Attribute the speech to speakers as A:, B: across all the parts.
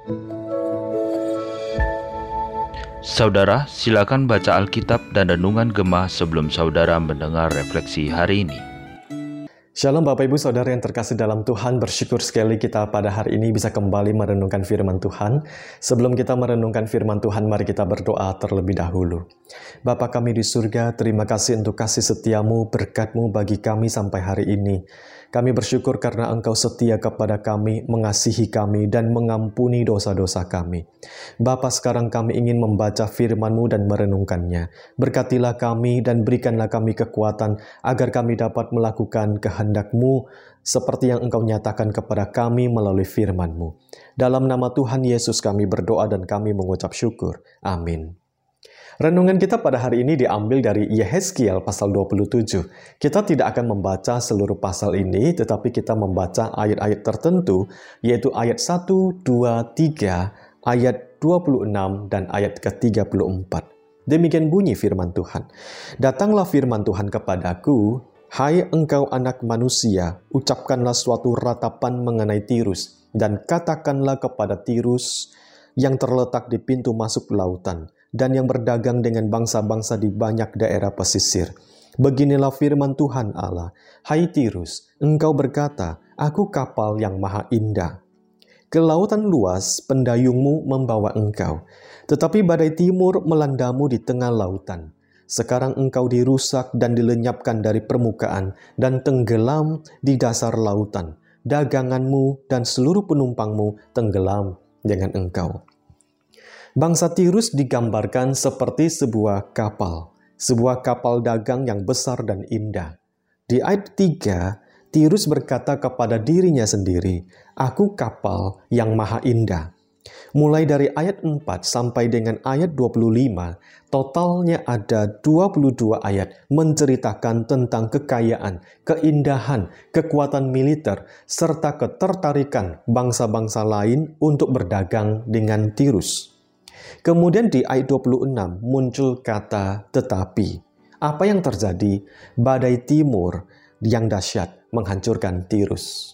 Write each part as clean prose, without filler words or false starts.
A: Saudara, silakan baca Alkitab dan Renungan Gemah sebelum saudara mendengar refleksi hari ini.
B: Shalom Bapak Ibu Saudara yang terkasih dalam Tuhan, bersyukur sekali kita pada hari ini bisa kembali merenungkan firman Tuhan. Sebelum kita merenungkan firman Tuhan, mari kita berdoa terlebih dahulu. Bapa kami di surga, terima kasih untuk kasih setiamu, berkat-Mu bagi kami sampai hari ini. Kami bersyukur karena Engkau setia kepada kami, mengasihi kami, dan mengampuni dosa-dosa kami. Bapa, sekarang kami ingin membaca firman-Mu dan merenungkannya. Berkatilah kami dan berikanlah kami kekuatan agar kami dapat melakukan kehendak-Mu seperti yang Engkau nyatakan kepada kami melalui firman-Mu. Dalam nama Tuhan Yesus kami berdoa dan kami mengucap syukur. Amin. Renungan kita pada hari ini diambil dari Yehezkiel pasal 27. Kita tidak akan membaca seluruh pasal ini, tetapi kita membaca ayat-ayat tertentu, yaitu ayat 1, 2, 3, ayat 26, dan ayat ke-34. Demikian bunyi firman Tuhan. Datanglah firman Tuhan kepadaku, hai engkau anak manusia, ucapkanlah suatu ratapan mengenai Tirus, dan katakanlah kepada Tirus yang terletak di pintu masuk lautan, dan yang berdagang dengan bangsa-bangsa di banyak daerah pesisir. Beginilah firman Tuhan Allah, hai Tirus, engkau berkata, aku kapal yang maha indah. Ke lautan luas pendayungmu membawa engkau, tetapi badai timur melandamu di tengah lautan. Sekarang engkau dirusak dan dilenyapkan dari permukaan dan tenggelam di dasar lautan. Daganganmu dan seluruh penumpangmu tenggelam dengan engkau. Bangsa Tirus digambarkan seperti sebuah kapal dagang yang besar dan indah. Di ayat 3, Tirus berkata kepada dirinya sendiri, aku kapal yang maha indah. Mulai dari ayat 4 sampai dengan ayat 25, totalnya ada 22 ayat menceritakan tentang kekayaan, keindahan, kekuatan militer, serta ketertarikan bangsa-bangsa lain untuk berdagang dengan Tirus. Kemudian di ayat 26 muncul kata tetapi. Apa yang terjadi? Badai timur yang dahsyat menghancurkan Tirus.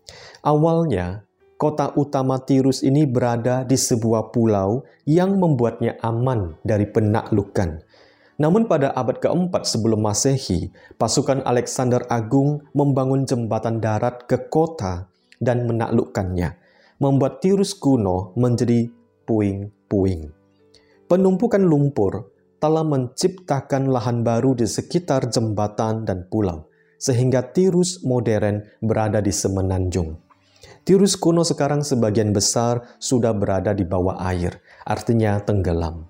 B: Awalnya, kota utama Tirus ini berada di sebuah pulau yang membuatnya aman dari penaklukan. Namun pada abad keempat sebelum Masehi, pasukan Alexander Agung membangun jembatan darat ke kota dan menaklukkannya, membuat Tirus kuno menjadi puing-puing. Penumpukan lumpur telah menciptakan lahan baru di sekitar jembatan dan pulau, sehingga Tirus modern berada di semenanjung. Tirus kuno sekarang sebagian besar sudah berada di bawah air, artinya tenggelam.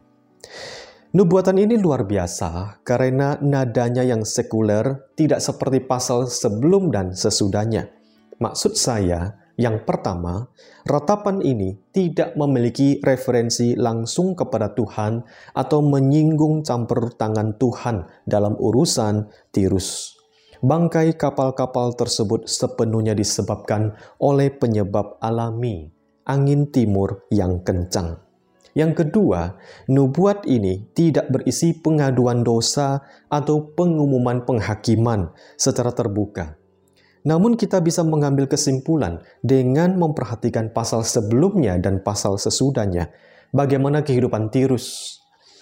B: Nubuatan ini luar biasa karena nadanya yang sekuler tidak seperti pasal sebelum dan sesudahnya. Maksud saya, yang pertama, ratapan ini tidak memiliki referensi langsung kepada Tuhan atau menyinggung campur tangan Tuhan dalam urusan Tirus. Bangkai kapal-kapal tersebut sepenuhnya disebabkan oleh penyebab alami, angin timur yang kencang. Yang kedua, nubuat ini tidak berisi pengaduan dosa atau pengumuman penghakiman secara terbuka. Namun kita bisa mengambil kesimpulan dengan memperhatikan pasal sebelumnya dan pasal sesudahnya. Bagaimana kehidupan Tirus?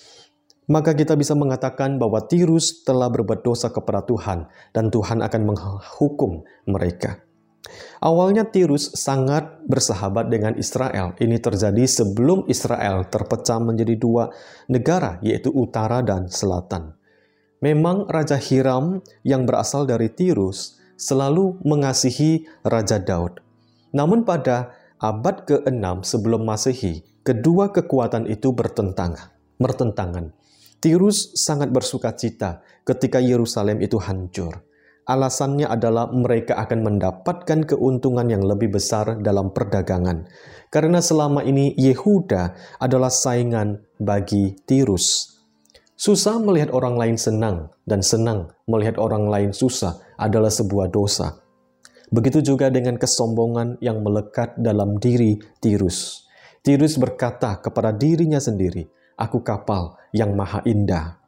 B: Maka kita bisa mengatakan bahwa Tirus telah berbuat dosa kepada Tuhan dan Tuhan akan menghukum mereka. Awalnya Tirus sangat bersahabat dengan Israel. Ini terjadi sebelum Israel terpecah menjadi dua negara, yaitu utara dan selatan. Memang Raja Hiram yang berasal dari Tirus selalu mengasihi Raja Daud. Namun pada abad ke-6 sebelum Masehi, kedua kekuatan itu bertentangan. Tirus sangat bersukacita ketika Yerusalem itu hancur. Alasannya adalah mereka akan mendapatkan keuntungan yang lebih besar dalam perdagangan. Karena selama ini Yehuda adalah saingan bagi Tirus. Susah melihat orang lain senang, dan senang melihat orang lain susah adalah sebuah dosa. Begitu juga dengan kesombongan yang melekat dalam diri Tirus. Tirus berkata kepada dirinya sendiri, aku kapal yang maha indah.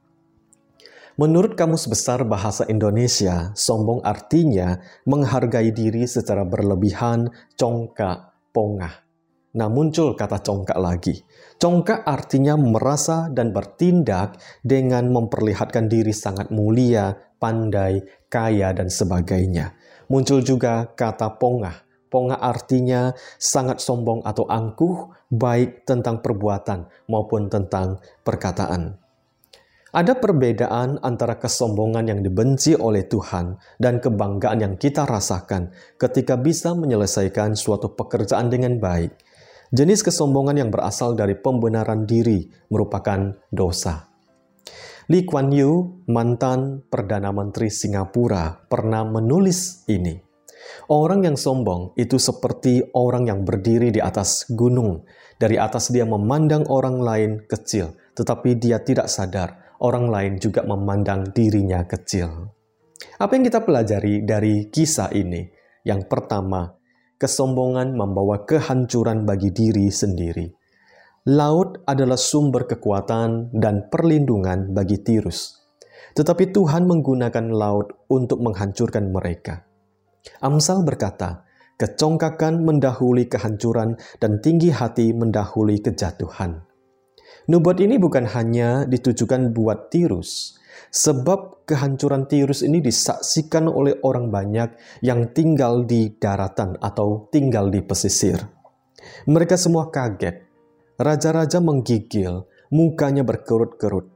B: Menurut Kamus Besar Bahasa Indonesia, sombong artinya menghargai diri secara berlebihan, congkak, pongah. Nah, muncul kata congkak lagi. Congkak artinya merasa dan bertindak dengan memperlihatkan diri sangat mulia, pandai, kaya, dan sebagainya. Muncul juga kata pongah. Pongah artinya sangat sombong atau angkuh, baik tentang perbuatan maupun tentang perkataan. Ada perbedaan antara kesombongan yang dibenci oleh Tuhan dan kebanggaan yang kita rasakan ketika bisa menyelesaikan suatu pekerjaan dengan baik. Jenis kesombongan yang berasal dari pembenaran diri merupakan dosa. Lee Kuan Yew, mantan Perdana Menteri Singapura, pernah menulis ini. Orang yang sombong itu seperti orang yang berdiri di atas gunung. Dari atas dia memandang orang lain kecil, tetapi dia tidak sadar orang lain juga memandang dirinya kecil. Apa yang kita pelajari dari kisah ini? Yang pertama, kesombongan membawa kehancuran bagi diri sendiri. Laut adalah sumber kekuatan dan perlindungan bagi Tirus. Tetapi Tuhan menggunakan laut untuk menghancurkan mereka. Amsal berkata, kecongkakan mendahului kehancuran dan tinggi hati mendahului kejatuhan. Nubuat ini bukan hanya ditujukan buat Tirus, sebab kehancuran Tirus ini disaksikan oleh orang banyak yang tinggal di daratan atau tinggal di pesisir. Mereka semua kaget. Raja-raja menggigil, mukanya berkerut-kerut.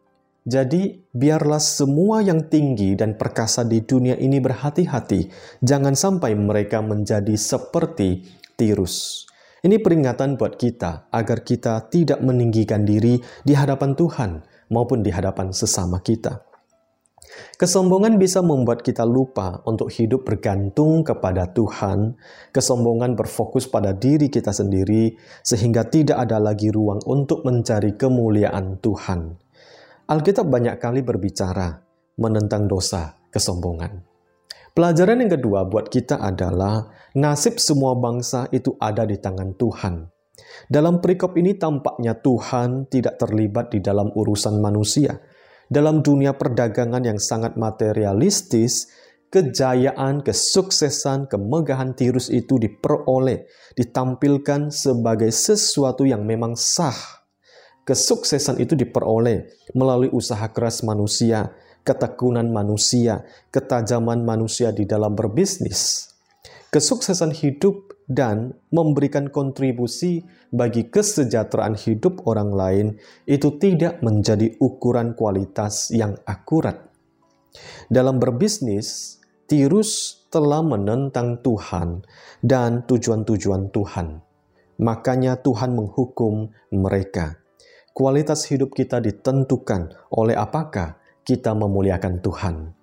B: Jadi, biarlah semua yang tinggi dan perkasa di dunia ini berhati-hati, jangan sampai mereka menjadi seperti Tirus. Ini peringatan buat kita agar kita tidak meninggikan diri di hadapan Tuhan maupun di hadapan sesama kita. Kesombongan bisa membuat kita lupa untuk hidup bergantung kepada Tuhan. Kesombongan berfokus pada diri kita sendiri sehingga tidak ada lagi ruang untuk mencari kemuliaan Tuhan. Alkitab banyak kali berbicara menentang dosa kesombongan. Pelajaran yang kedua buat kita adalah nasib semua bangsa itu ada di tangan Tuhan. Dalam perikop ini tampaknya Tuhan tidak terlibat di dalam urusan manusia. Dalam dunia perdagangan yang sangat materialistis, kejayaan, kesuksesan, kemegahan Tirus itu diperoleh, ditampilkan sebagai sesuatu yang memang sah. Kesuksesan itu diperoleh melalui usaha keras manusia, ketekunan manusia, ketajaman manusia di dalam berbisnis. Kesuksesan hidup dan memberikan kontribusi bagi kesejahteraan hidup orang lain itu tidak menjadi ukuran kualitas yang akurat. Dalam berbisnis, Tirus telah menentang Tuhan dan tujuan-tujuan Tuhan. Makanya Tuhan menghukum mereka. Kualitas hidup kita ditentukan oleh apakah kita memuliakan Tuhan.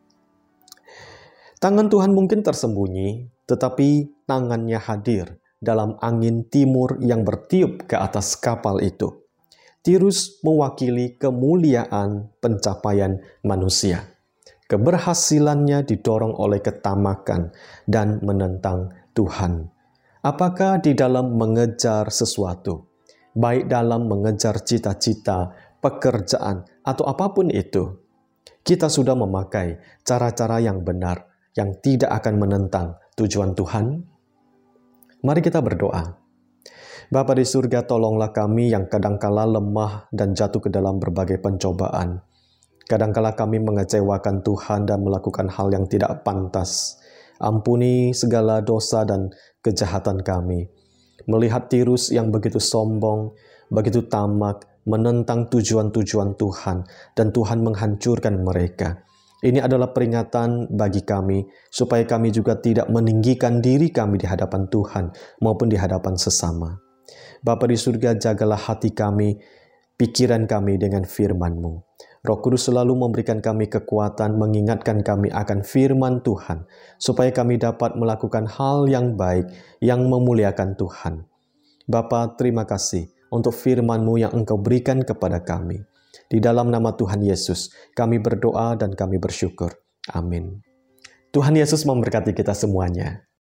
B: Tangan Tuhan mungkin tersembunyi, tetapi tangannya hadir dalam angin timur yang bertiup ke atas kapal itu. Tirus mewakili kemuliaan pencapaian manusia. Keberhasilannya didorong oleh ketamakan dan menentang Tuhan. Apakah di dalam mengejar sesuatu, baik dalam mengejar cita-cita, pekerjaan, atau apapun itu, kita sudah memakai cara-cara yang benar, yang tidak akan menentang tujuan Tuhan? Mari kita berdoa. Bapa di surga, tolonglah kami yang kadangkala lemah dan jatuh ke dalam berbagai pencobaan. Kadangkala kami mengecewakan Tuhan dan melakukan hal yang tidak pantas. Ampuni segala dosa dan kejahatan kami. Melihat Tirus yang begitu sombong, begitu tamak, menentang tujuan-tujuan Tuhan, dan Tuhan menghancurkan mereka. Ini adalah peringatan bagi kami, supaya kami juga tidak meninggikan diri kami di hadapan Tuhan, maupun di hadapan sesama. Bapa di surga, jagalah hati kami, pikiran kami dengan firman-Mu. Roh Kudus selalu memberikan kami kekuatan, mengingatkan kami akan firman Tuhan, supaya kami dapat melakukan hal yang baik, yang memuliakan Tuhan. Bapa, terima kasih untuk firman-Mu yang Engkau berikan kepada kami. Di dalam nama Tuhan Yesus, kami berdoa dan kami bersyukur. Amin. Tuhan Yesus memberkati kita semuanya.